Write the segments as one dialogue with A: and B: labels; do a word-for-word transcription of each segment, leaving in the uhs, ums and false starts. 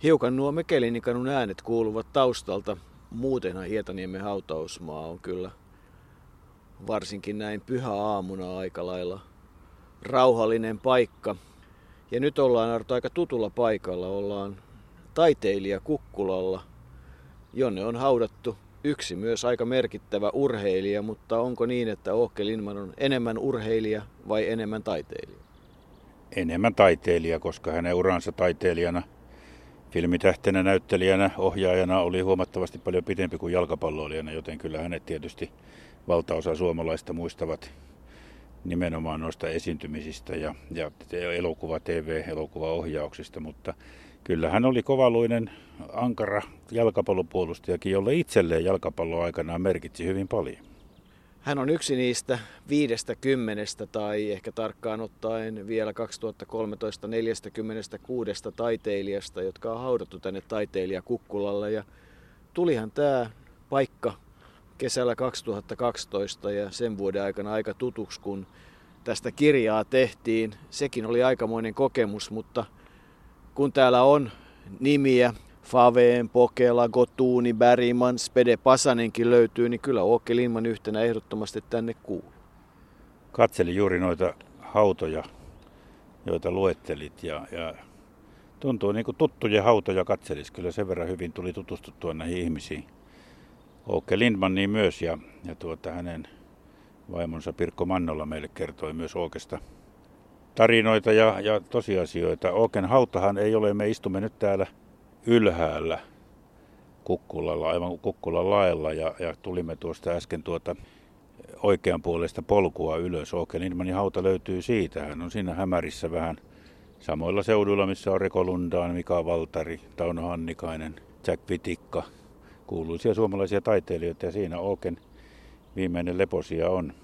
A: Hiukan nuo Mekelinikanun äänet kuuluvat taustalta. Muutenhan Hietaniemen hautausmaa on kyllä varsinkin näin pyhäaamuna aika lailla rauhallinen paikka. Ja nyt ollaan Arto aika tutulla paikalla. Ollaan taiteilija Kukkulalla, jonne on haudattu yksi myös aika merkittävä urheilija, mutta onko niin, että Åke Lindman on enemmän urheilija vai enemmän taiteilija?
B: Enemmän taiteilija, koska hänen uransa taiteilijana, filmitähtenä, näyttelijänä, ohjaajana oli huomattavasti paljon pitempi kuin jalkapalloilijana, joten kyllä hänet tietysti valtaosa suomalaista muistavat nimenomaan noista esiintymisistä ja, ja elokuva, T V-elokuvaohjauksista, mutta kyllä hän oli kovaluinen, ankara jalkapallopuolustajakin, jolle itselleen jalkapallo aikanaan merkitsi hyvin paljon.
A: Hän on yksi niistä viidestä kymmenestä tai ehkä tarkkaan ottaen vielä kaksituhattakolmetoista neljästäkymmenestäkuudesta taiteilijasta, jotka on haudattu tänne taiteilija Kukkulalle. Ja tulihan tämä paikka kesällä kaksituhattakaksitoista ja sen vuoden aikana aika tutuksi, kun tästä kirjaa tehtiin. Sekin oli aikamoinen kokemus, mutta kun täällä on nimiä, Faveen, Pokela, Gotuuni, Bergman, Spede Pasanenkin löytyy, niin kyllä Åke Lindman yhtenä ehdottomasti tänne kuuluu.
B: Katselin juuri noita hautoja, joita luettelit ja, ja tuntuu niin kuin tuttuja hautoja katselis. Kyllä sen verran hyvin tuli tutustuttua näihin ihmisiin. Åke Lindman niin myös ja, ja tuota, hänen vaimonsa Pirkko Mannola meille kertoi myös Åkesta tarinoita ja, ja tosiasioita. Åken hautahan ei ole, me istumme nyt täällä ylhäällä Kukkulalla, aivan Kukkulan laella ja, ja tulimme tuosta äsken tuota oikean puolesta polkua ylös. Åke Lindmanin hauta löytyy siitä. Hän on siinä hämärissä vähän samoilla seuduilla, missä on Reko Lundaan, Mika Valtari, Tauno Hannikainen, Jack Vitikka, kuuluisia suomalaisia taiteilijoita ja siinä Åken viimeinen leposija on.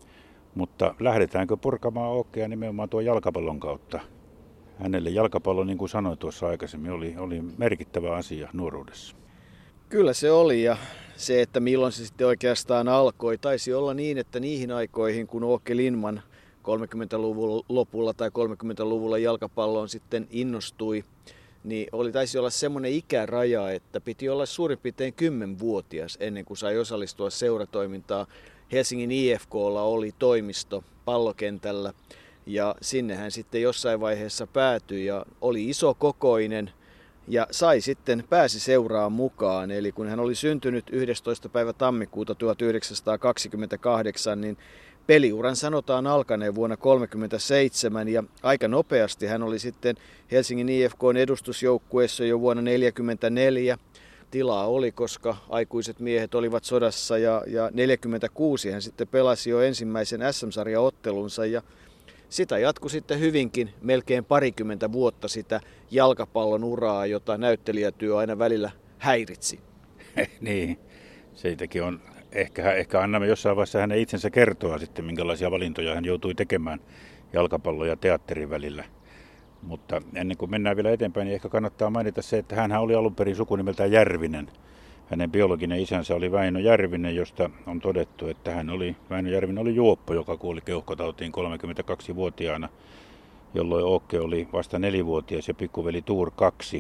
B: Mutta lähdetäänkö purkamaan Åkea nimenomaan tuon jalkapallon kautta? Hänelle jalkapallo, niin kuin sanoin tuossa aikaisemmin, oli, oli merkittävä asia nuoruudessa.
A: Kyllä se oli ja se, että milloin se sitten oikeastaan alkoi, taisi olla niin, että niihin aikoihin, kun Åke Lindman kolmekymmentäluvun lopulla tai kolmekymmentäluvulla jalkapalloon sitten innostui, niin oli, taisi olla semmoinen ikäraja, että piti olla suurin piirtein kymmenvuotias ennen kuin sai osallistua seuratoimintaan. Helsingin I F K:lla oli toimisto pallokentällä ja sinne hän sitten jossain vaiheessa päätyi ja oli isokokoinen ja sai sitten, pääsi seuraan mukaan. Eli kun hän oli syntynyt yhdestoista päivä tammikuuta tuhatyhdeksänsataakaksikymmentäkahdeksan, niin peliuran sanotaan alkaneen vuonna tuhatyhdeksänsataakolmekymmentäseitsemän ja aika nopeasti hän oli sitten Helsingin I F K:n edustusjoukkueessa jo vuonna tuhatyhdeksänsataaneljäkymmentäneljä. Tilaa oli, koska aikuiset miehet olivat sodassa ja, ja neljäkymmentäkuusi hän sitten pelasi jo ensimmäisen S M-sarjaottelunsa ja sitä jatkui sitten hyvinkin melkein parikymmentä vuotta sitä jalkapallon uraa, jota näyttelijätyö aina välillä häiritsi.
B: Niin, siitäkin on. Ehkä, ehkä annamme jossain vaiheessa hänen itsensä kertoa sitten, minkälaisia valintoja hän joutui tekemään jalkapallon ja teatterin välillä. Mutta ennen kuin mennään vielä eteenpäin, niin ehkä kannattaa mainita se, että hän oli alun perin sukunimeltään Järvinen. Hänen biologinen isänsä oli Väinö Järvinen, josta on todettu, että hän oli, Väinö Järvinen oli juoppo, joka kuoli keuhkotautiin kolmekymmentäkaksivuotiaana, jolloin Åke oli vasta nelivuotias ja pikkuveli Tuur kaksi.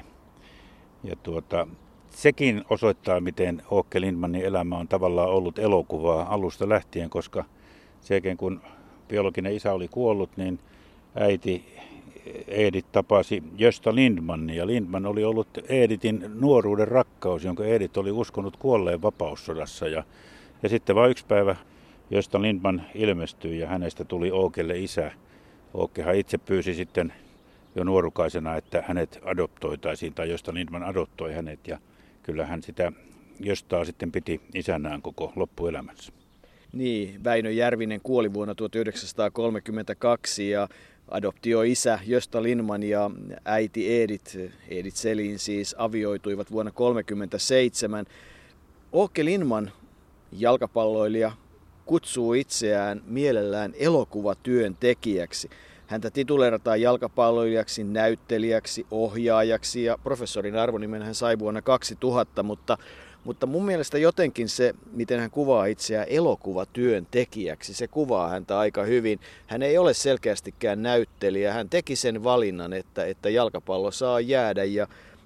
B: Ja tuota, sekin osoittaa, miten Åke Lindmanin elämä on tavallaan ollut elokuvaa alusta lähtien, koska sekin kun biologinen isä oli kuollut, niin äiti Edith tapasi Gösta Lindmanin ja Lindman oli ollut Edithin nuoruuden rakkaus, jonka Edith oli uskonut kuolleen vapaussodassa. Ja, ja sitten vain yksi päivä Gösta Lindman ilmestyi ja hänestä tuli Åkelle isä. Åkehan itse pyysi sitten jo nuorukaisena, että hänet adoptoitaisiin tai Gösta Lindman adoptoi hänet ja kyllä hän sitä Göstaa sitten piti isänään koko loppuelämänsä.
A: Niin, Väinö Järvinen kuoli vuonna tuhatyhdeksänsataakolmekymmentäkaksi ja adoptioisä Gösta Lindman ja äiti Edith, Edith Selin siis, avioituivat vuonna tuhatyhdeksänsataakolmekymmentäseitsemän. Åke Lindman, jalkapalloilija, kutsuu itseään mielellään elokuvatyöntekijäksi. Häntä tituleerataan jalkapalloilijaksi, näyttelijäksi, ohjaajaksi ja professorin arvonimen hän sai vuonna kaksituhatta, mutta Mutta mun mielestä jotenkin se, miten hän kuvaa itseään elokuvatyöntekijäksi, se kuvaa häntä aika hyvin. Hän ei ole selkeästikään näyttelijä. Hän teki sen valinnan, että, että jalkapallo saa jäädä ja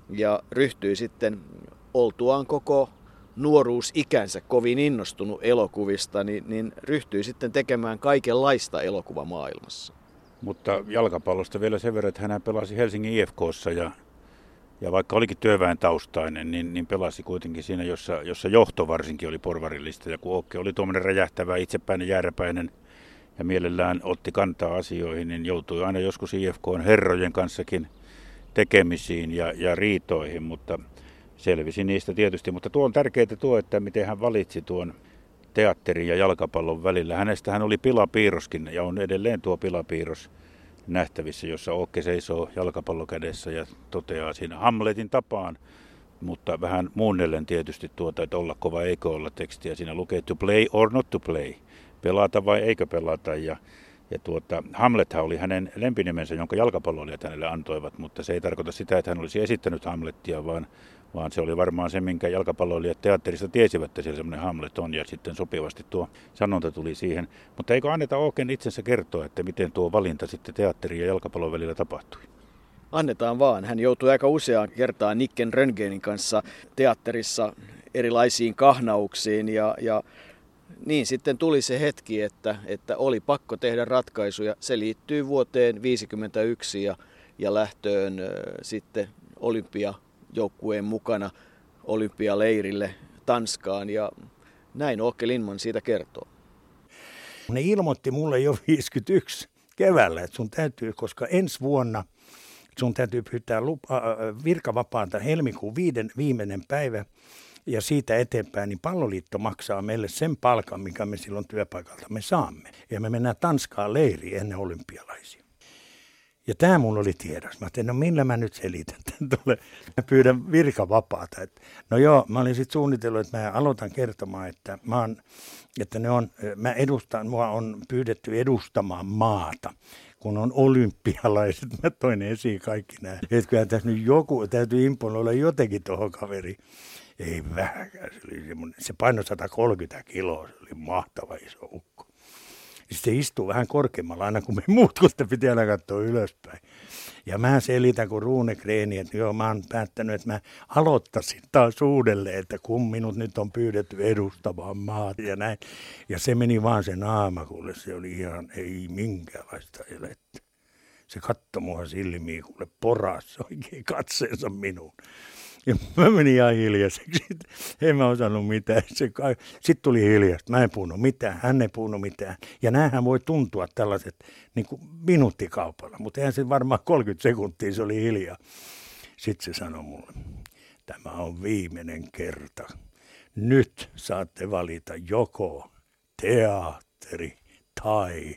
A: ja ryhtyi sitten oltuaan koko nuoruusikänsä kovin innostunut elokuvista, niin, niin ryhtyi sitten tekemään kaikenlaista elokuvamaailmassa.
B: Mutta jalkapallosta vielä sen verran, että hän pelasi Helsingin I F K:ssa ja, ja vaikka olikin työväen taustainen, niin, niin pelasi kuitenkin siinä, jossa, jossa johto varsinkin oli porvarillista. Ja kun Åke oli tuommoinen räjähtävä, itsepäinen, jääräpäinen ja mielellään otti kantaa asioihin, niin joutui aina joskus I F K:n herrojen kanssakin tekemisiin ja, ja riitoihin, mutta selvisi niistä tietysti. Mutta tuo on tärkeää tuo, että miten hän valitsi tuon teatterin ja jalkapallon välillä. Hänestähän oli pilapiirroskin ja on edelleen tuo pilapiirros nähtävissä, jossa Åke seisoo jalkapallo kädessä ja toteaa siinä Hamletin tapaan, mutta vähän muunnellen tietysti tuota, että olla kova eikö olla tekstiä. Siinä lukee to play or not to play, pelata vai eikö pelata. Ja, ja tuota, Hamlethan oli hänen lempinimensä, jonka jalkapalloilijat hänelle antoivat, mutta se ei tarkoita sitä, että hän olisi esittänyt Hamlettia, vaan vaan se oli varmaan se, minkä jalkapalloilijat teatterista tiesivät, että siellä semmoinen Hamlet on, ja sitten sopivasti tuo sanonta tuli siihen. Mutta eikö anneta Åken itsensä kertoa, että miten tuo valinta sitten teatterin ja jalkapallon välillä tapahtui?
A: Annetaan vaan. Hän joutui aika useaan kertaan Nicken Röntgenin kanssa teatterissa erilaisiin kahnauksiin, ja, ja niin sitten tuli se hetki, että, että oli pakko tehdä ratkaisuja. Se liittyy vuoteen viisikymmentäyksi ja, ja lähtöön äh, sitten olympia joukkueen mukana olympialeirille Tanskaan, ja näin Åke Lindman siitä kertoo.
C: Ne ilmoitti mulle jo viisikymmentäyksi keväällä, että sun täytyy, koska ensi vuonna sun täytyy pyytää lupa, äh, virkavapaata helmikuun viiden viimeinen päivä, ja siitä eteenpäin niin Palloliitto maksaa meille sen palkan, mikä me silloin työpaikalta me saamme. Ja me mennään Tanskaan leiriin ennen olympialaisia. Ja tämä mulla oli tiedossa. Mä ajattelin, no millä mä nyt selitän tämän tulee. Mä pyydän virkavapaata. Et, no joo, mä olin sitten suunnitellut, että mä aloitan kertomaan, että, mä on, että ne on, mä edustan, mua on pyydetty edustamaan maata, kun on olympialaiset. Mä toin esiin kaikki nämä. Että kyllä tässä nyt joku, täytyy imponoida jotenkin tuohon kaveriin. Ei vähäkään, se, oli se painoi sata kolmekymmentä kiloa, se oli mahtava iso ukko. Se istuu vähän korkeammalla aina kuin me muut, kun sitä piti aina katsoa ylöspäin. Ja mä selitän kuin Ruunekreeni, että joo, mä oon päättänyt, että mä aloittaisin taas uudelleen, että kun minut nyt on pyydetty edustamaan maata ja näin. Ja se meni vaan se naama, kuule se oli ihan ei minkäänlaista elettä. Se katsoi mua silmiin, kuule porassa oikein katseensa minuun. Ja mä menin ihan hiljaiseksi. En mä osannut mitään. Sitten tuli hiljaista. Mä en puhunut mitään. Hän ei puhunut mitään. Ja näähän voi tuntua tällaiset niin kuin minuuttikaupalla. Mutta eihän se varmaan kolmekymmentä sekuntia se oli hiljaa. Sitten se sanoi mulle, tämä on viimeinen kerta. Nyt saatte valita joko teatteri tai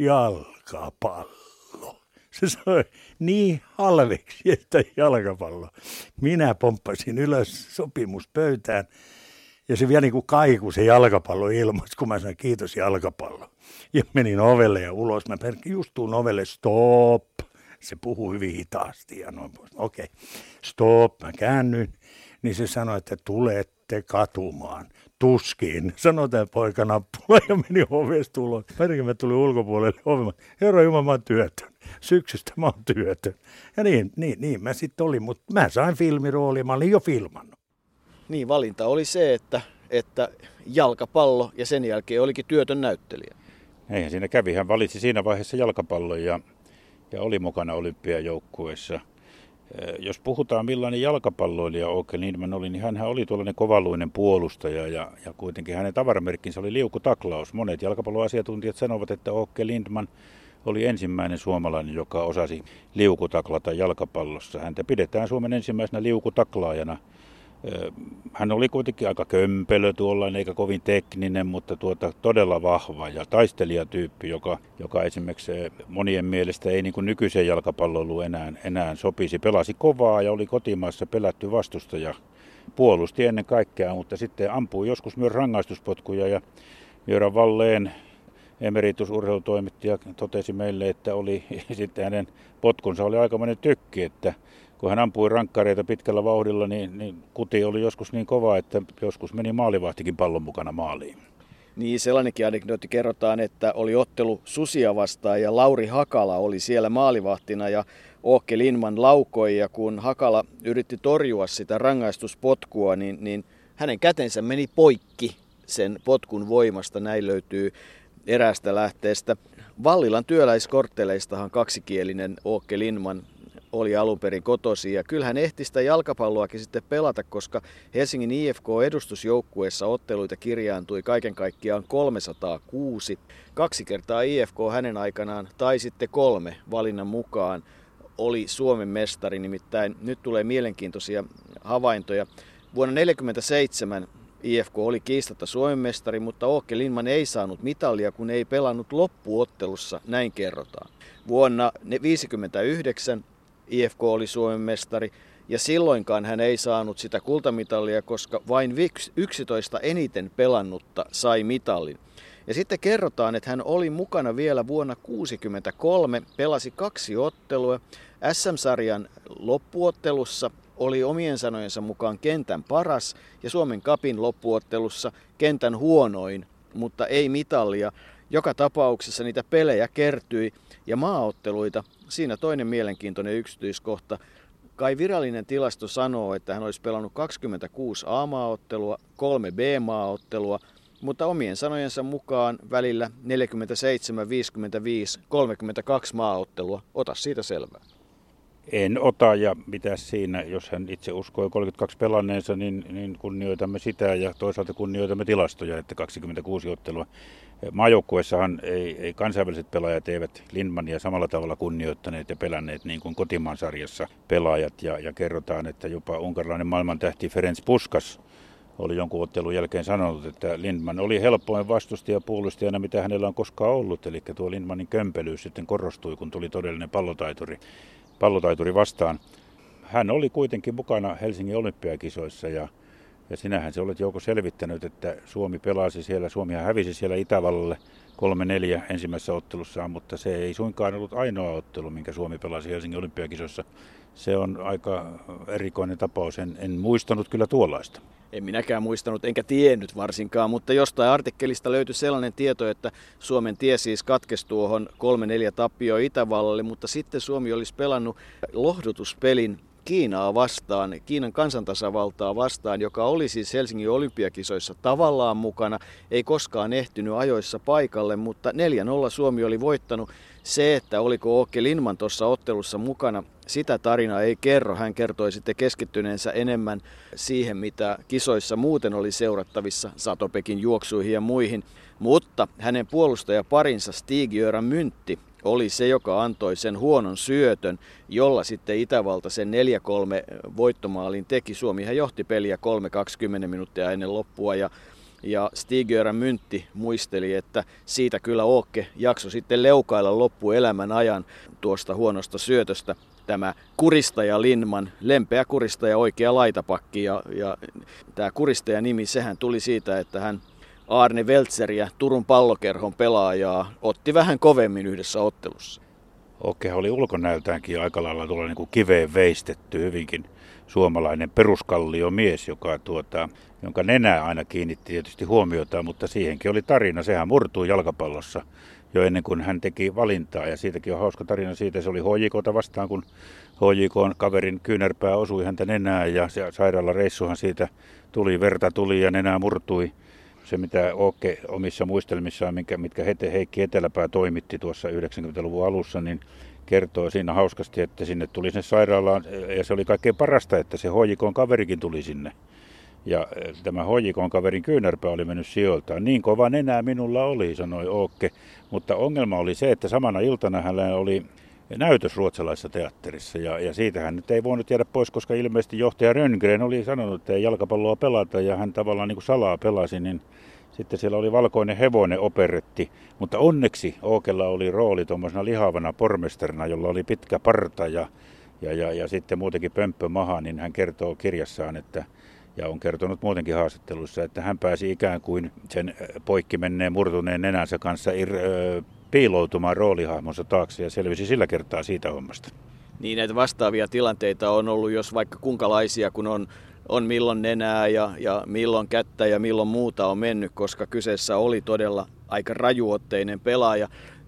C: jalkapallo. Se soi niin halveksi, että jalkapallo. Minä pomppasin ylös sopimuspöytään ja se vielä niin kuin kaikui se jalkapallo ilmoiksi, kun mä sanoin kiitos jalkapallo. Ja menin ovelle ja ulos. Mä just tuun ovelle, stop. Se puhuu hyvin hitaasti ja noin pois. Okei, okay. Stop. Mä käännyin. Niin se sanoi, että tulette katumaan. Tuskin, sanoi tämä poika nappula ja meni ovesta ulos. Pärkin mä tulin ulkopuolelle ovelle. Herra Jumala, mä oon työtön. Syksystä mä oon työtön. Ja niin, niin, niin mä sitten olin, mutta mä sain filmirooli, mä olin jo filmannut.
A: Niin, valinta oli se, että, että jalkapallo ja sen jälkeen olikin työtön näyttelijä.
B: Eihän siinä kävi. Hän valitsi siinä vaiheessa jalkapallon ja, ja oli mukana olympiajoukkueessa. Jos puhutaan millainen jalkapalloilija Åke Lindman oli, niin hänhän oli tuollainen kovaluinen puolustaja ja, ja kuitenkin hänen tavaramerkkinsä oli liukutaklaus. Monet jalkapalloasiantuntijat sanovat, että Åke Lindman oli ensimmäinen suomalainen, joka osasi liukutaklata jalkapallossa. Häntä pidetään Suomen ensimmäisenä liukutaklaajana. Hän oli kuitenkin aika kömpelö tuollainen, eikä kovin tekninen, mutta tuota, todella vahva ja taistelijatyyppi, joka, joka esimerkiksi monien mielestä ei niin kuin nykyiseen jalkapalloiluun enää, enää sopisi. Pelasi kovaa ja oli kotimaassa pelätty vastustaja. Puolusti ennen kaikkea, mutta sitten ampui joskus myös rangaistuspotkuja. Ja Göran Wallén, emeritusurheilutoimittaja, totesi meille, että oli sitten hänen potkunsa oli aikamoinen tykki, että kun hän ampui rankkareita pitkällä vauhdilla, niin, niin kuti oli joskus niin kova, että joskus meni maalivahtikin pallon mukana maaliin.
A: Niin, sellainenkin anekdootti kerrotaan, että oli ottelu Susia vastaan ja Lauri Hakala oli siellä maalivahtina ja Åke Lindman laukoi, ja kun Hakala yritti torjua sitä rangaistuspotkua, niin, niin hänen kätensä meni poikki sen potkun voimasta. Näin löytyy eräästä lähteestä. Vallilan työläiskortteleistahan kaksikielinen Åke Lindman oli alun perin kotosi, ja kyllähän ehti sitä jalkapalloakin sitten pelata, koska Helsingin I F K-edustusjoukkueessa otteluita kirjaantui kaiken kaikkiaan kolmesataakuusi. Kaksi kertaa I F K hänen aikanaan, tai sitten kolme valinnan mukaan, oli Suomen mestari. Nimittäin nyt tulee mielenkiintoisia havaintoja. Vuonna tuhatyhdeksänsataaneljäkymmentäseitsemän I F K oli kiistatta Suomen mestari, mutta Åke Lindman ei saanut mitalia, kun ei pelannut loppuottelussa, näin kerrotaan. Vuonna tuhatyhdeksänsataaviisikymmentäyhdeksän I F K oli Suomen mestari, ja silloinkaan hän ei saanut sitä kultamitalia, koska vain yksitoista eniten pelannutta sai mitalin. Ja sitten kerrotaan, että hän oli mukana vielä vuonna tuhatyhdeksänsataakuusikymmentäkolme, pelasi kaksi ottelua. S M-sarjan loppuottelussa oli omien sanojensa mukaan kentän paras, ja Suomen Cupin loppuottelussa kentän huonoin, mutta ei mitalia. Joka tapauksessa niitä pelejä kertyi, ja maaotteluita, siinä toinen mielenkiintoinen yksityiskohta. Kai virallinen tilasto sanoo, että hän olisi pelannut kaksikymmentäkuusi A-maaottelua, kolme B-maaottelua, mutta omien sanojensa mukaan välillä neljäkymmentäseitsemän, viisikymmentäviisi, kolmekymmentäkaksi maaottelua. Ota siitä selvää.
B: En ota, ja mitä siinä, jos hän itse uskoi kolmekymmentäkaksi pelanneensa, niin, niin kunnioitamme sitä, ja toisaalta kunnioitamme tilastoja, että kaksikymmentäkuusi ottelua. Maajoukkueessahan ei, ei kansainväliset pelaajat eivät Lindmania samalla tavalla kunnioittaneet ja pelänneet niin kuin kotimaan sarjassa pelaajat, ja, ja kerrotaan, että jopa unkarilainen maailmantähti Ferenc Puskás oli jonkun ottelun jälkeen sanonut, että Lindman oli helpoin vastustaja puolustajana, mitä hänellä on koskaan ollut, eli tuo Lindmanin kömpelyys sitten korostui, kun tuli todellinen pallotaituri. pallotaituri vastaan. Hän oli kuitenkin mukana Helsingin olympiakisoissa, ja, ja sinähän se olet Jouko selvittänyt, että Suomi pelasi siellä, Suomihan hävisi siellä Itävallalle kolme neljä ensimmäisessä ottelussaan, mutta se ei suinkaan ollut ainoa ottelu, minkä Suomi pelasi Helsingin olympiakisoissa. Se on aika erikoinen tapaus, en, en muistanut kyllä tuollaista.
A: En minäkään muistanut, enkä tiennyt varsinkaan, mutta jostain artikkelista löytyi sellainen tieto, että Suomen tie siis katkesi tuohon kolme neljä tappioon Itävallalle, mutta sitten Suomi olisi pelannut lohdutuspelin Kiinaa vastaan, Kiinan kansantasavaltaa vastaan, joka oli siis Helsingin olympiakisoissa tavallaan mukana, ei koskaan ehtinyt ajoissa paikalle, mutta neljä nolla Suomi oli voittanut. Se, että oliko Åke Lindman tuossa ottelussa mukana, sitä tarinaa ei kerro. Hän kertoi sitten keskittyneensä enemmän siihen, mitä kisoissa muuten oli seurattavissa, Satopekin juoksuihin ja muihin. Mutta hänen puolustajaparinsa Stig-Göran Myntti oli se, joka antoi sen huonon syötön, jolla sitten Itävalta sen neljä kolme voittomaalin teki. Suomihan johti peliä kolme kaksikymmentä minuuttia ennen loppua, ja Ja Stig-Göran Myntti muisteli, että siitä kyllä Åke jakso sitten leukailla loppuelämän ajan tuosta huonosta syötöstä. Tämä kuristaja Lindman, lempeä kuristaja, oikea laitapakki, ja, ja tämä kuristaja nimi, sehän tuli siitä, että hän Arne Weltzeriä, Turun Pallokerhon pelaajaa, otti vähän kovemmin yhdessä ottelussa.
B: Åke oli ulkonäöltäänkin aika lailla tuolla niin kuin kiveen veistetty, hyvinkin suomalainen peruskalliomies, joka tuota, jonka nenää aina kiinnitti tietysti huomiota, mutta siihenkin oli tarina. Sehän murtui jalkapallossa jo ennen kuin hän teki valintaa, ja siitäkin on hauska tarina siitä. Se oli H J K:ta vastaan, kun H J K:n kaverin kyynärpää osui häntä nenään, ja se sairaalareissuhan siitä tuli, verta tuli ja nenää murtui. Se, mitä Åke omissa muistelmissaan, minkä, mitkä Heikki Eteläpää toimitti tuossa yhdeksänkymmentäluvun alussa, niin kertoo siinä hauskasti, että sinne tuli sinne sairaalaan, ja se oli kaikkein parasta, että se H J K:n kaverikin tuli sinne. Ja tämä H J K:n kaverin kyynärpää oli mennyt sijoiltaan. Niin kova nenää minulla oli, sanoi Åke. Mutta ongelma oli se, että samana iltana hänellä oli näytös ruotsalaisessa teatterissa. Ja, ja siitä hän nyt ei voinut jäädä pois, koska ilmeisesti johtaja Rönngren oli sanonut, että ei jalkapalloa pelata, ja hän tavallaan niin kuin salaa pelasi, niin sitten siellä oli Valkoinen hevonen operetti, mutta onneksi Åkella oli rooli tuommoisena lihavana pormestarina, jolla oli pitkä parta ja, ja, ja, ja sitten muutenkin pömppö maha, niin hän kertoo kirjassaan, että, ja on kertonut muutenkin haastatteluissa, että hän pääsi ikään kuin sen poikki menneen murtuneen nenänsä kanssa ir, ö, piiloutumaan roolihahmonsa taakse ja selvisi sillä kertaa siitä hommasta.
A: Niin, näitä vastaavia tilanteita on ollut, jos vaikka kunkalaisia, kun on on milloin nenää ja, ja milloin kättä ja milloin muuta on mennyt, koska kyseessä oli todella aika rajuotteinen pelaaja.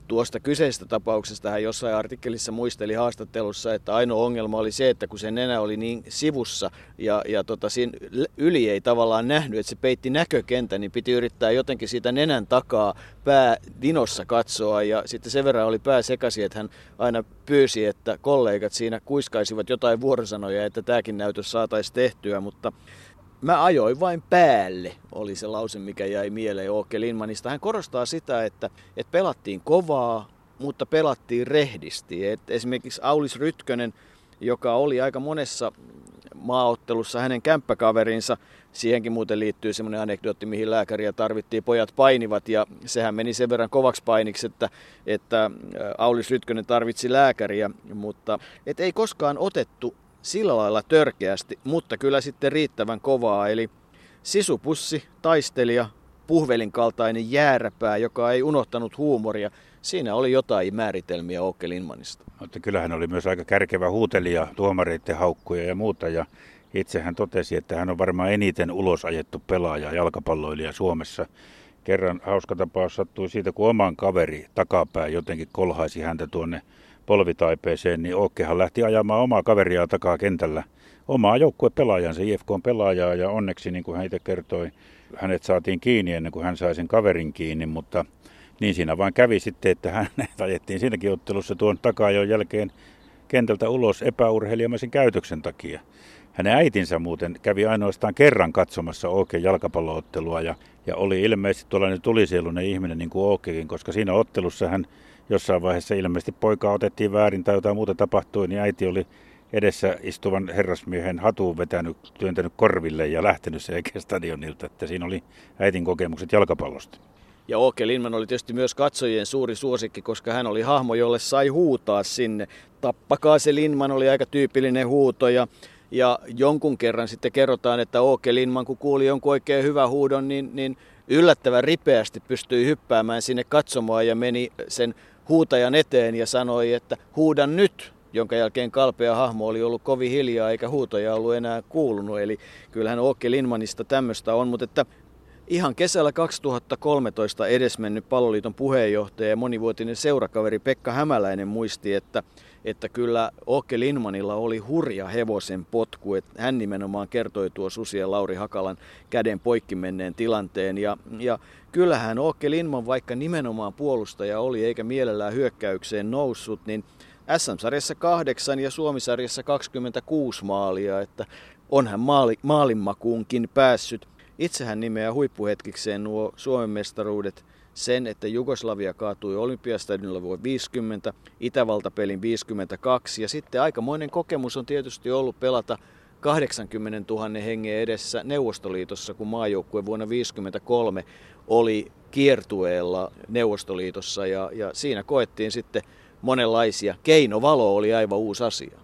A: tuosta kyseisestä tapauksesta hän jossain artikkelissa muisteli haastattelussa, että ainoa ongelma oli se, että kun se nenä oli niin sivussa ja, ja tota, siinä yli ei tavallaan nähnyt, että se peitti näkökentän, niin piti yrittää jotenkin siitä nenän takaa pää dinossa katsoa ja sitten sen verran oli pää sekaisin, että hän aina pyysi, että kollegat siinä kuiskaisivat jotain vuorosanoja, että tämäkin näytös saataisiin tehtyä, mutta mä ajoin vain päälle, oli se lause, mikä jäi mieleen Åke Lindmanista. Hän korostaa sitä, että, että pelattiin kovaa, mutta pelattiin rehdisti. Et esimerkiksi Aulis Rytkönen, joka oli aika monessa maaottelussa hänen kämppäkaverinsa, siihenkin muuten liittyy semmoinen anekdootti, mihin lääkäriä tarvittiin, pojat painivat ja sehän meni sen verran kovaksi painiksi, että, että Aulis Rytkönen tarvitsi lääkäriä, mutta et ei koskaan otettu sillä lailla törkeästi, mutta kyllä sitten riittävän kovaa, eli sisupussi, taistelija, puhvelin kaltainen jääräpää, joka ei unohtanut huumoria. Siinä oli jotain määritelmiä Åke Lindmanista.
B: Mutta kyllähän oli myös aika kärkevä huutelija, tuomareiden haukkuja ja muuta, ja itse hän totesi, että hän on varmaan eniten ulos ajettu pelaaja, jalkapalloilija Suomessa. Kerran hauska tapaus sattui siitä, kun oman kaveri takapää jotenkin kolhaisi häntä tuonne polvitaipeeseen, niin Åkehan lähti ajamaan omaa kaveriaan takaa kentällä, omaa joukkuepelaajansa, I F K:n pelaajaa, ja onneksi, niin kuin hän itse kertoi, hänet saatiin kiinni ennen kuin hän sai sen kaverin kiinni, mutta niin siinä vaan kävi sitten, että hänet ajettiin siinäkin ottelussa tuon taka-ajon jälkeen kentältä ulos epäurheilijamaisen käytöksen takia. Hänen äitinsä muuten kävi ainoastaan kerran katsomassa Åken jalkapalloottelua ja, ja oli ilmeisesti tuollainen tulisieluinen ihminen niin kuin Åkekin, koska siinä ottelussa hän jossain vaiheessa ilmeisesti poikaa otettiin väärin tai jotain muuta tapahtui, niin äiti oli edessä istuvan herrasmiehen hatuun vetänyt, työntänyt korville ja lähtenyt selkeä stadionilta, että siinä oli äitin kokemukset jalkapallosta.
A: Ja Åke Lindman oli tietysti myös katsojien suuri suosikki, koska hän oli hahmo, jolle sai huutaa sinne. Tappakaa se Lindman oli aika tyypillinen huuto ja, ja jonkun kerran sitten kerrotaan, että Åke Lindman kun kuuli jonkun oikein hyvän huudon, niin, niin yllättävän ripeästi pystyi hyppäämään sinne katsomaan ja meni sen huutajan eteen ja sanoi, että huudan nyt, jonka jälkeen kalpea hahmo oli ollut kovin hiljaa eikä huutoja ollut enää kuulunut. Eli kyllähän Åke Lindmanista tämmöistä on, mutta että ihan kesällä kaksituhattakolmetoista edesmennyt Palloliiton puheenjohtaja ja monivuotinen seurakaveri Pekka Hämäläinen muisti, että, että kyllä Åke Lindmanilla oli hurja hevosen potku. Että hän nimenomaan kertoi tuo Susi ja Lauri Hakalan käden poikki menneen tilanteen. Ja, ja kyllähän Åke Lindman, vaikka nimenomaan puolustaja oli eikä mielellään hyökkäykseen noussut, niin S M-sarjassa kahdeksan ja Suomi-sarjassa kaksikymmentäkuusi maalia, että on hän maali, maalinmakuunkin päässyt. Itse hän nimeää huippuhetkikseen nuo Suomen mestaruudet sen, että Jugoslavia kaatui Olympiastadionilla vuonna viisikymmentä, Itävalta-pelin viisikymmentäkaksi ja sitten aikamoinen kokemus on tietysti ollut pelata kahdeksankymmentätuhatta hengen edessä Neuvostoliitossa, kun maajoukkue vuonna viisikymmentäkolme oli kiertueella Neuvostoliitossa ja, ja siinä koettiin sitten monenlaisia. Keinovalo oli aivan uusi asia.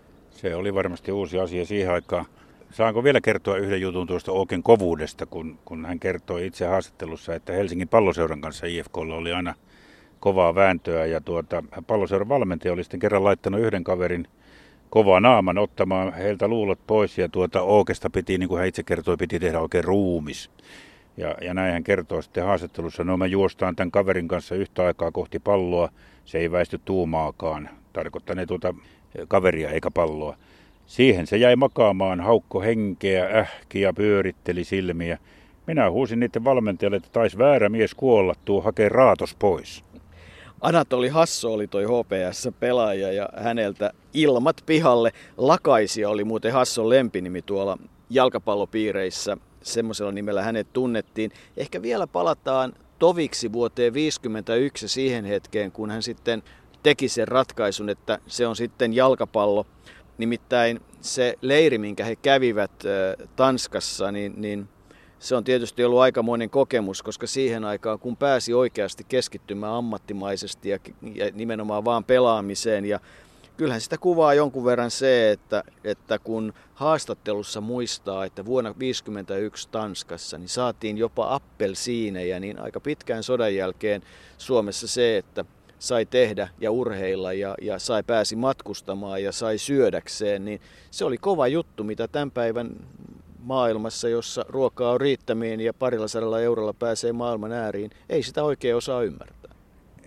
B: Se oli varmasti uusi asia siihen aikaan. Saanko vielä kertoa yhden jutun tuosta Åken kovuudesta, kun, kun hän kertoi itse haastattelussa, että Helsingin Palloseuran kanssa I F K:lla oli aina kovaa vääntöä ja tuota, Palloseuran valmentaja oli sitten kerran laittanut yhden kaverin kovaa naaman ottamaan heiltä luulot pois ja tuota Åkesta piti, niin kuin hän itse kertoi, piti tehdä oikein ruumis. Ja, ja näin hän kertoo sitten haastattelussa, no me juostaan tämän kaverin kanssa yhtä aikaa kohti palloa, se ei väisty tuumaakaan, tarkoittaa ne tuota kaveria eikä palloa. Siihen se jäi makaamaan, haukko henkeä, ähki ja pyöritteli silmiä. Minä huusin niiden valmentajalle, että taisi väärä mies kuolla, tuu hakee raatos pois.
A: Anatoli Hasso oli toi H P S-pelaaja ja häneltä ilmat pihalle. Lakaisia oli muuten Hasson lempinimi tuolla jalkapallopiireissä. Semmoisella nimellä hänet tunnettiin. Ehkä vielä palataan toviksi vuoteen viisikymmentäyksi siihen hetkeen, kun hän sitten teki sen ratkaisun, että se on sitten jalkapallo. Nimittäin se leiri, minkä he kävivät Tanskassa, niin, niin se on tietysti ollut aikamoinen kokemus, koska siihen aikaan, kun pääsi oikeasti keskittymään ammattimaisesti ja, ja nimenomaan vaan pelaamiseen, ja kyllähän sitä kuvaa jonkun verran se, että, että kun haastattelussa muistaa, että vuonna viisikymmentäyksi Tanskassa, niin saatiin jopa appelsiineja, niin aika pitkään sodan jälkeen Suomessa se, että sai tehdä ja urheilla ja, ja sai pääsi matkustamaan ja sai syödäkseen, niin se oli kova juttu, mitä tämän päivän maailmassa, jossa ruokaa on riittämiin ja parilla sadalla eurolla pääsee maailman ääriin, ei sitä oikein osaa ymmärtää.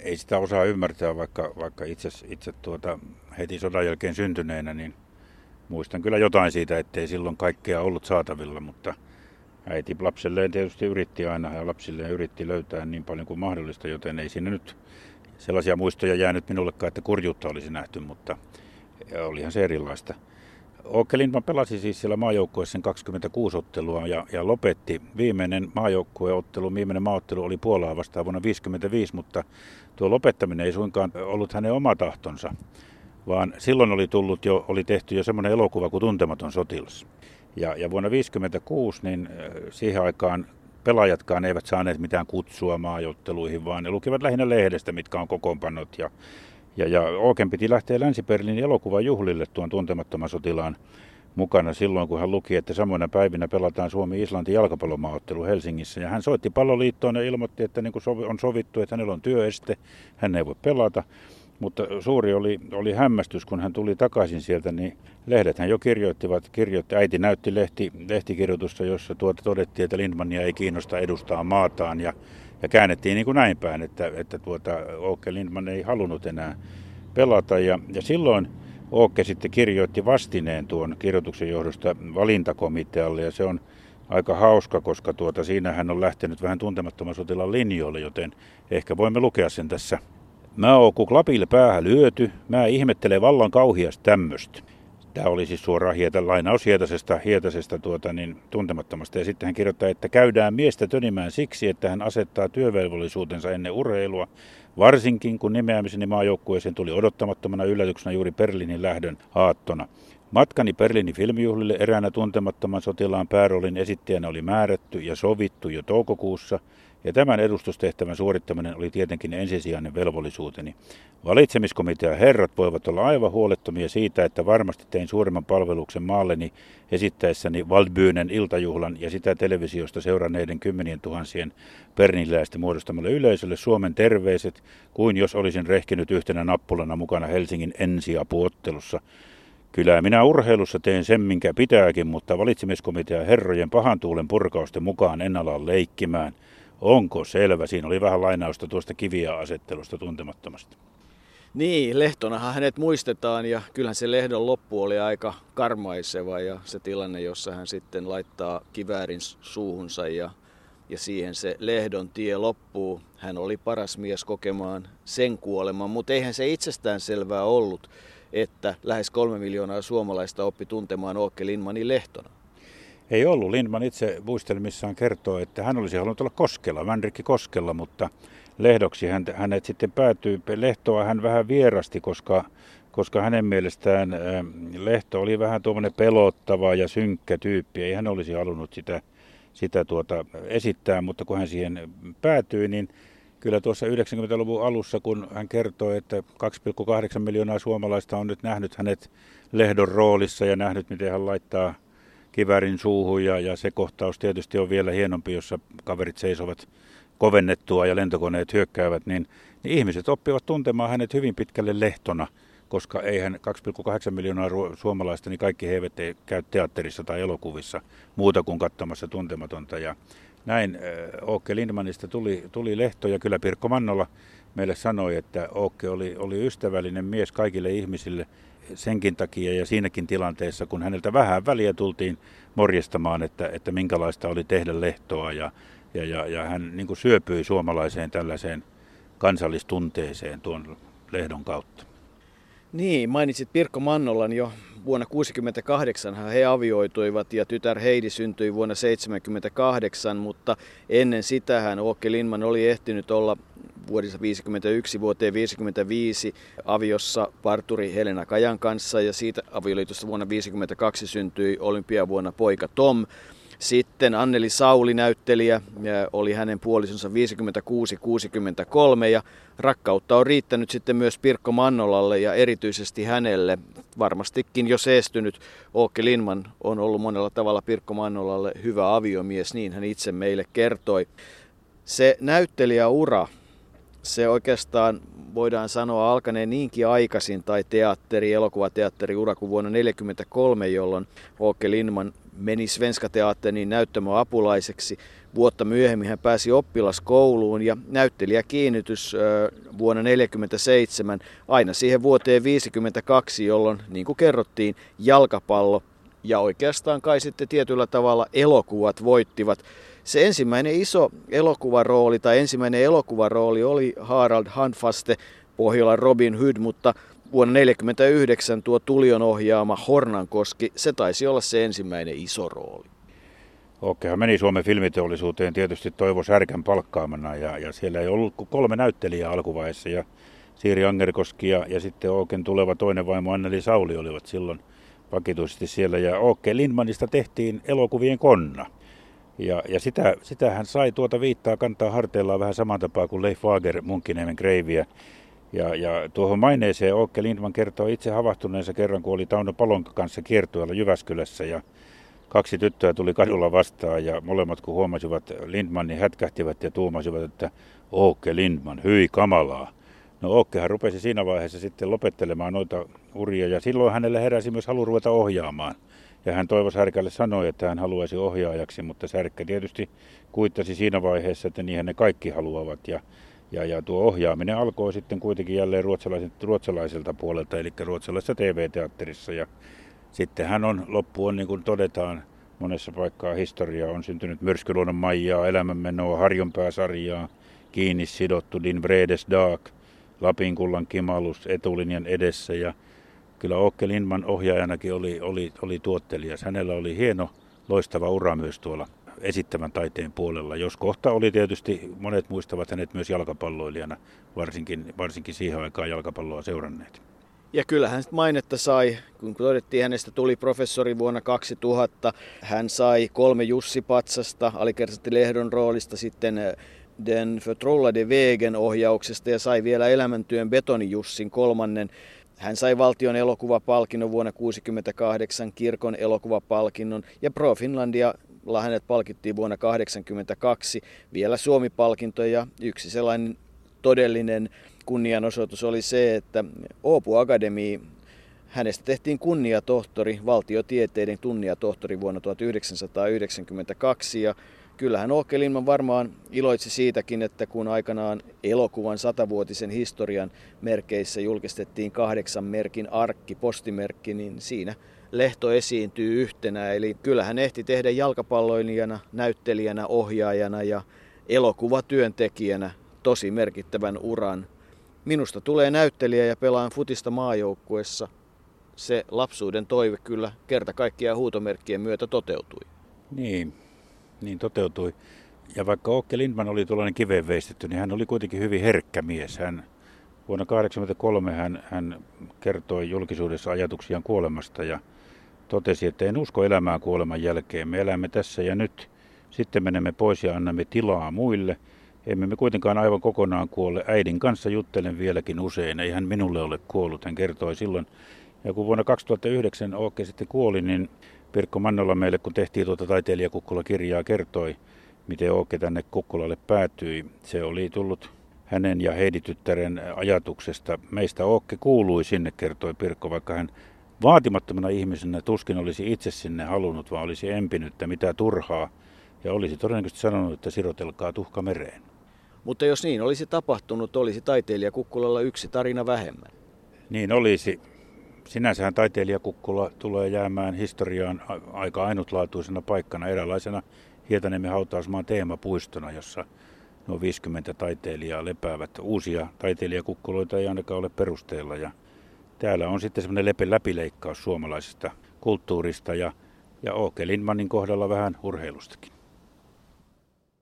B: ei sitä osaa ymmärtää, vaikka, vaikka itse, itse tuota, heti sodan jälkeen syntyneenä, niin muistan kyllä jotain siitä, ettei silloin kaikkea ollut saatavilla, mutta äiti lapselleen tietysti yritti aina ja lapsilleen yritti löytää niin paljon kuin mahdollista, joten ei siinä nyt sellaisia muistoja jäänyt minullekaan, että kurjuutta olisi nähty, mutta olihan se erilaista. Åke Lindman pelasi siis siellä maajoukkueessa kaksikymmentäkuusi ottelua ja, ja lopetti. Viimeinen maajoukkueottelu, viimeinen maaottelu oli Puolaa vastaan vuonna tuhatyhdeksänsataaviisikymmentäviisi, mutta tuo lopettaminen ei suinkaan ollut hänen oma tahtonsa, vaan silloin oli tullut jo, oli tehty jo semmoinen elokuva kuin Tuntematon sotilas. Ja, ja vuonna tuhatyhdeksänsataaviisikymmentäkuusi niin siihen aikaan pelaajatkaan eivät saaneet mitään kutsua maajoutteluihin, vaan ne lukivat lähinnä lehdestä, mitkä on kokoonpanot. Ja, ja, ja Åken piti lähteä Länsi-Berliinin elokuvan juhlille tuon Tuntemattoman sotilaan mukana silloin, kun hän luki, että samoina päivinä pelataan Suomi-Islanti jalkapallomaaottelu Helsingissä. Ja hän soitti palloliittoon ja ilmoitti, että niin kuin on sovittu, että hänellä on työeste, hän ei voi pelata. Mutta suuri oli, oli hämmästys, kun hän tuli takaisin sieltä, niin lehdethän jo kirjoittivat, kirjoitti, äiti näytti lehti, lehtikirjoitusta, jossa tuota todettiin, että Lindmania ei kiinnosta edustaa maataan ja, ja käännettiin niin kuin näin päin, että, että tuota, Åke Lindman ei halunnut enää pelata ja, ja silloin Åke sitten kirjoitti vastineen tuon kirjoituksen johdosta valintakomitealle ja se on aika hauska, koska tuota, siinä hän on lähtenyt vähän Tuntemattoman sotilaan linjoille, joten ehkä voimme lukea sen tässä. Mä oon ku klapille päähän lyöty, mä ihmettelen vallan kauhias tämmöstä. Tämä oli siis suoraan hietä, lainaus Hietasesta, hietasesta tuota, niin, Tuntemattomasta. Ja sitten hän kirjoittaa, että käydään miestä tönimään siksi, että hän asettaa työvelvollisuutensa ennen urheilua. Varsinkin kun nimeämiseni maajoukkueeseen tuli odottamattomana yllätyksenä juuri Berliinin lähdön aattona. Matkani Berliinin filmijuhlille eräänä Tuntemattoman sotilaan pääroolin esittäjänä oli määrätty ja sovittu jo toukokuussa. Ja tämän edustustehtävän suorittaminen oli tietenkin ensisijainen velvollisuuteni. Valitsemiskomitean herrat voivat olla aivan huolettomia siitä, että varmasti tein suuremman palveluksen maalleni esittäessäni Waldbühnen iltajuhlan ja sitä televisiosta seuranneiden kymmenien tuhansien berniläisten muodostamalle yleisölle Suomen terveiset, kuin jos olisin rehkinyt yhtenä nappulana mukana Helsingin ensiapuottelussa. Kyllä minä urheilussa teen sen, minkä pitääkin, mutta valitsemiskomitean herrojen pahan tuulen purkausten mukaan en ala leikkimään. Onko selvä? Siinä oli vähän lainausta tuosta kiviä-asettelusta Tuntemattomasta.
A: Niin, Lehtonahan hänet muistetaan ja kyllähän se Lehdon loppu oli aika karmaiseva ja se tilanne, jossa hän sitten laittaa kiväärin suuhunsa ja, ja siihen se Lehdon tie loppuu. Hän oli paras mies kokemaan sen kuoleman, mutta eihän se itsestään selvää ollut, että lähes kolme miljoonaa suomalaista oppi tuntemaan Åke Lindmanin Lehtona.
B: Ei ollut. Lindman itse muistelmissaan kertoo, että hän olisi halunnut olla Koskela, Vänrikki Koskella, mutta Lehdoksi hänet sitten päätyi. Lehtoa hän vähän vierasti, koska, koska hänen mielestään Lehto oli vähän tuommoinen pelottava ja synkkä tyyppi. Ei hän olisi halunnut sitä, sitä tuota esittää, mutta kun hän siihen päätyi, niin kyllä tuossa yhdeksänkymmentäluvun alussa, kun hän kertoi, että kaksi pilkku kahdeksan miljoonaa suomalaista on nyt nähnyt hänet Lehdon roolissa ja nähnyt, miten hän laittaa kiväärin suuhun ja, ja se kohtaus tietysti on vielä hienompi, jossa kaverit seisovat kovennettua ja lentokoneet hyökkäävät, niin, niin ihmiset oppivat tuntemaan hänet hyvin pitkälle Lehtona, koska eihän kaksi pilkku kahdeksan miljoonaa suomalaista, niin kaikki he eivät käy teatterissa tai elokuvissa muuta kuin katsomassa Tuntematonta. Ja näin Åke Lindmanista tuli, tuli Lehto ja kyllä Pirkko Mannola meille sanoi, että Åke oli, oli ystävällinen mies kaikille ihmisille senkin takia ja siinäkin tilanteessa, kun häneltä vähän väliä tultiin morjestamaan, että, että minkälaista oli tehdä Lehtoa ja, ja, ja, ja hän niin kuin syöpyi suomalaiseen tällaiseen kansallistunteeseen tuon Lehdon kautta.
A: Niin, mainitsit Pirkko Mannolan jo vuonna tuhatyhdeksänsataakuusikymmentäkahdeksan he avioituivat ja tytär Heidi syntyi vuonna tuhatyhdeksänsataaseitsemänkymmentäkahdeksan, mutta ennen sitähän Åke Lindman oli ehtinyt olla vuodesta viisikymmentäyksi vuoteen viisikymmentäviisi aviossa parturi Helena Kajan kanssa ja siitä avioliitosta vuonna tuhatyhdeksänsataaviisikymmentäkaksi syntyi olympiavuonna poika Tom. Sitten Anneli Sauli näyttelijä oli hänen puolisonsa viisikymmentäkuusi kuusikymmentäkolme ja rakkautta on riittänyt sitten myös Pirkko Mannolalle ja erityisesti hänelle. Varmastikin jo seestynyt Åke Lindman on ollut monella tavalla Pirkko Mannolalle hyvä aviomies, niin hän itse meille kertoi. Se näyttelijäura, se oikeastaan voidaan sanoa alkaneen niinkin aikaisin tai teatteri, elokuvateatteriura kuin vuonna tuhatyhdeksänsataaneljäkymmentäkolme, jolloin Åke Lindman meni Svenska Teatterin näyttämöapulaiseksi. Vuotta myöhemmin hän pääsi oppilaskouluun ja näyttelijäkiinnitys vuonna tuhatyhdeksänsataaneljäkymmentäseitsemän aina siihen vuoteen viisikymmentäkaksi, jolloin, niin kuin kerrottiin, jalkapallo ja oikeastaan kai sitten tietyllä tavalla elokuvat voittivat. Se ensimmäinen iso elokuvarooli tai ensimmäinen elokuvarooli oli Harald Handfaste, Pohjolan Robin Hood, mutta vuonna tuhatyhdeksänsataaneljäkymmentäyhdeksän tuo Tulion ohjaama Hornankoski, se taisi olla se ensimmäinen iso rooli.
B: Åkehan meni Suomen filmiteollisuuteen tietysti Toivo Särkän palkkaamana ja, ja siellä ei ollut kuin kolme näyttelijää alkuvaiheessa ja Siiri Angerkoski ja, ja sitten Åken tuleva toinen vaimo Anneli Sauli olivat silloin vakituisesti siellä ja Åke Lindmanista tehtiin elokuvien konna. Ja, ja sitä, sitä hän sai tuota viittaa kantaa harteillaan vähän saman tapaa kuin Leif Wager Munkkiniemen Kreiviä. Ja, ja tuohon maineeseen Åke Lindman kertoo itse havahtuneensa kerran, kun oli Tauno Palon kanssa kiertueella Jyväskylässä ja kaksi tyttöä tuli kadulla vastaan ja molemmat kun huomasivat Lindmanin hätkähtivät ja tuumasivat, että Åke Lindman, hyi kamalaa. No Åkehan rupesi siinä vaiheessa sitten lopettelemaan noita uria ja silloin hänelle heräsi myös halu ruveta ohjaamaan. Ja hän Toivo Särkälle sanoi, että hän haluaisi ohjaajaksi, mutta Särkkä tietysti kuittasi siinä vaiheessa, että niinhän ne kaikki haluavat. Ja, ja, ja tuo ohjaaminen alkoi sitten kuitenkin jälleen ruotsalaiselta puolelta, eli ruotsalaisessa T V-teatterissa. Ja sitten hän on, loppu on niin kuin todetaan, monessa paikkaa historiaa on syntynyt Myrskyluonnon Maijaa, Elämänmenoa, Harjonpää-sarjaa, Kiinni sidottu, Din Vredes Dag, Lapinkullan kimalus, Etulinjan edessä ja kyllä Åke Lindman ohjaajanakin oli, oli, oli tuottelias. Hänellä oli hieno, loistava ura myös tuolla esittävän taiteen puolella. Jos kohta oli tietysti, monet muistavat hänet myös jalkapalloilijana, varsinkin, varsinkin siihen aikaan jalkapalloa seuranneet.
A: Ja kyllä hän mainetta sai, kun todettiin, hänestä tuli professori vuonna kaksituhatta. Hän sai kolme Jussi-patsasta, alikersantti Lehdon roolista, sitten Den förtrollade vägen ohjauksesta ja sai vielä elämäntyön Betoni-Jussin kolmannen. Hän sai valtion elokuvapalkinnon vuonna tuhatyhdeksänsataakuusikymmentäkahdeksan, kirkon elokuvapalkinnon ja Pro Finlandia hänet palkittiin vuonna tuhatyhdeksänsataakahdeksankymmentäkaksi. Vielä Suomi-palkinto ja yksi sellainen todellinen kunnianosoitus oli se, että Åbo Akademi, hänestä tehtiin kunniatohtori, valtiotieteiden kunniatohtori vuonna tuhatyhdeksänsataayhdeksänkymmentäkaksi ja kyllähän Åke Lindman varmaan iloitsi siitäkin, että kun aikanaan elokuvan satavuotisen historian merkeissä julkistettiin kahdeksan merkin arkki, postimerkki, niin siinä Lehto esiintyy yhtenä. Eli kyllähän ehti tehdä jalkapalloilijana, näyttelijänä, ohjaajana ja elokuvatyöntekijänä tosi merkittävän uran. Minusta tulee näyttelijä ja pelaan futista maajoukkuessa. Se lapsuuden toive kyllä kerta kaikkiaan huutomerkkien myötä toteutui.
B: Niin. Niin toteutui. Ja vaikka Åke Lindman oli tuollainen kiveen veistetty, niin hän oli kuitenkin hyvin herkkä mies. Hän, vuonna tuhatyhdeksänsataakahdeksankymmentäkolme hän, hän kertoi julkisuudessa ajatuksiaan kuolemasta ja totesi, että en usko elämään kuoleman jälkeen. Me elämme tässä ja nyt. Sitten menemme pois ja annamme tilaa muille. Emme me kuitenkaan aivan kokonaan kuole. Äidin kanssa juttelen vieläkin usein. Ei hän minulle ole kuollut, hän kertoi silloin. Ja kun vuonna kaksituhattayhdeksän Åke sitten kuoli, niin Pirkko Mannola meille, kun tehtiin tuota taiteilija-Kukkula-kirjaa, kertoi, miten Åke tänne Kukkulalle päätyi. Se oli tullut hänen ja Heidi-tyttären ajatuksesta. Meistä Åke kuului sinne, kertoi Pirkko, vaikka hän vaatimattomana ihmisenä tuskin olisi itse sinne halunnut, vaan olisi empinyt, että mitä turhaa. Ja olisi todennäköisesti sanonut, että sirotelkaa tuhka mereen.
A: Mutta jos niin olisi tapahtunut, olisi taiteilija-Kukkulalla yksi tarina vähemmän.
B: Niin olisi. Sinänsähän taiteilija-Kukkula tulee jäämään historiaan aika ainutlaatuisena paikkana, eräänlaisena Hietaniemen hautausmaan teemapuistona, jossa nuo viisikymmentä taiteilijaa lepäävät. Uusia taiteilijakukkuloita ei ainakaan ole perusteella. Ja täällä on sitten semmoinen läpileikkaus suomalaisesta kulttuurista ja, ja Åke Lindmanin kohdalla vähän urheilustakin.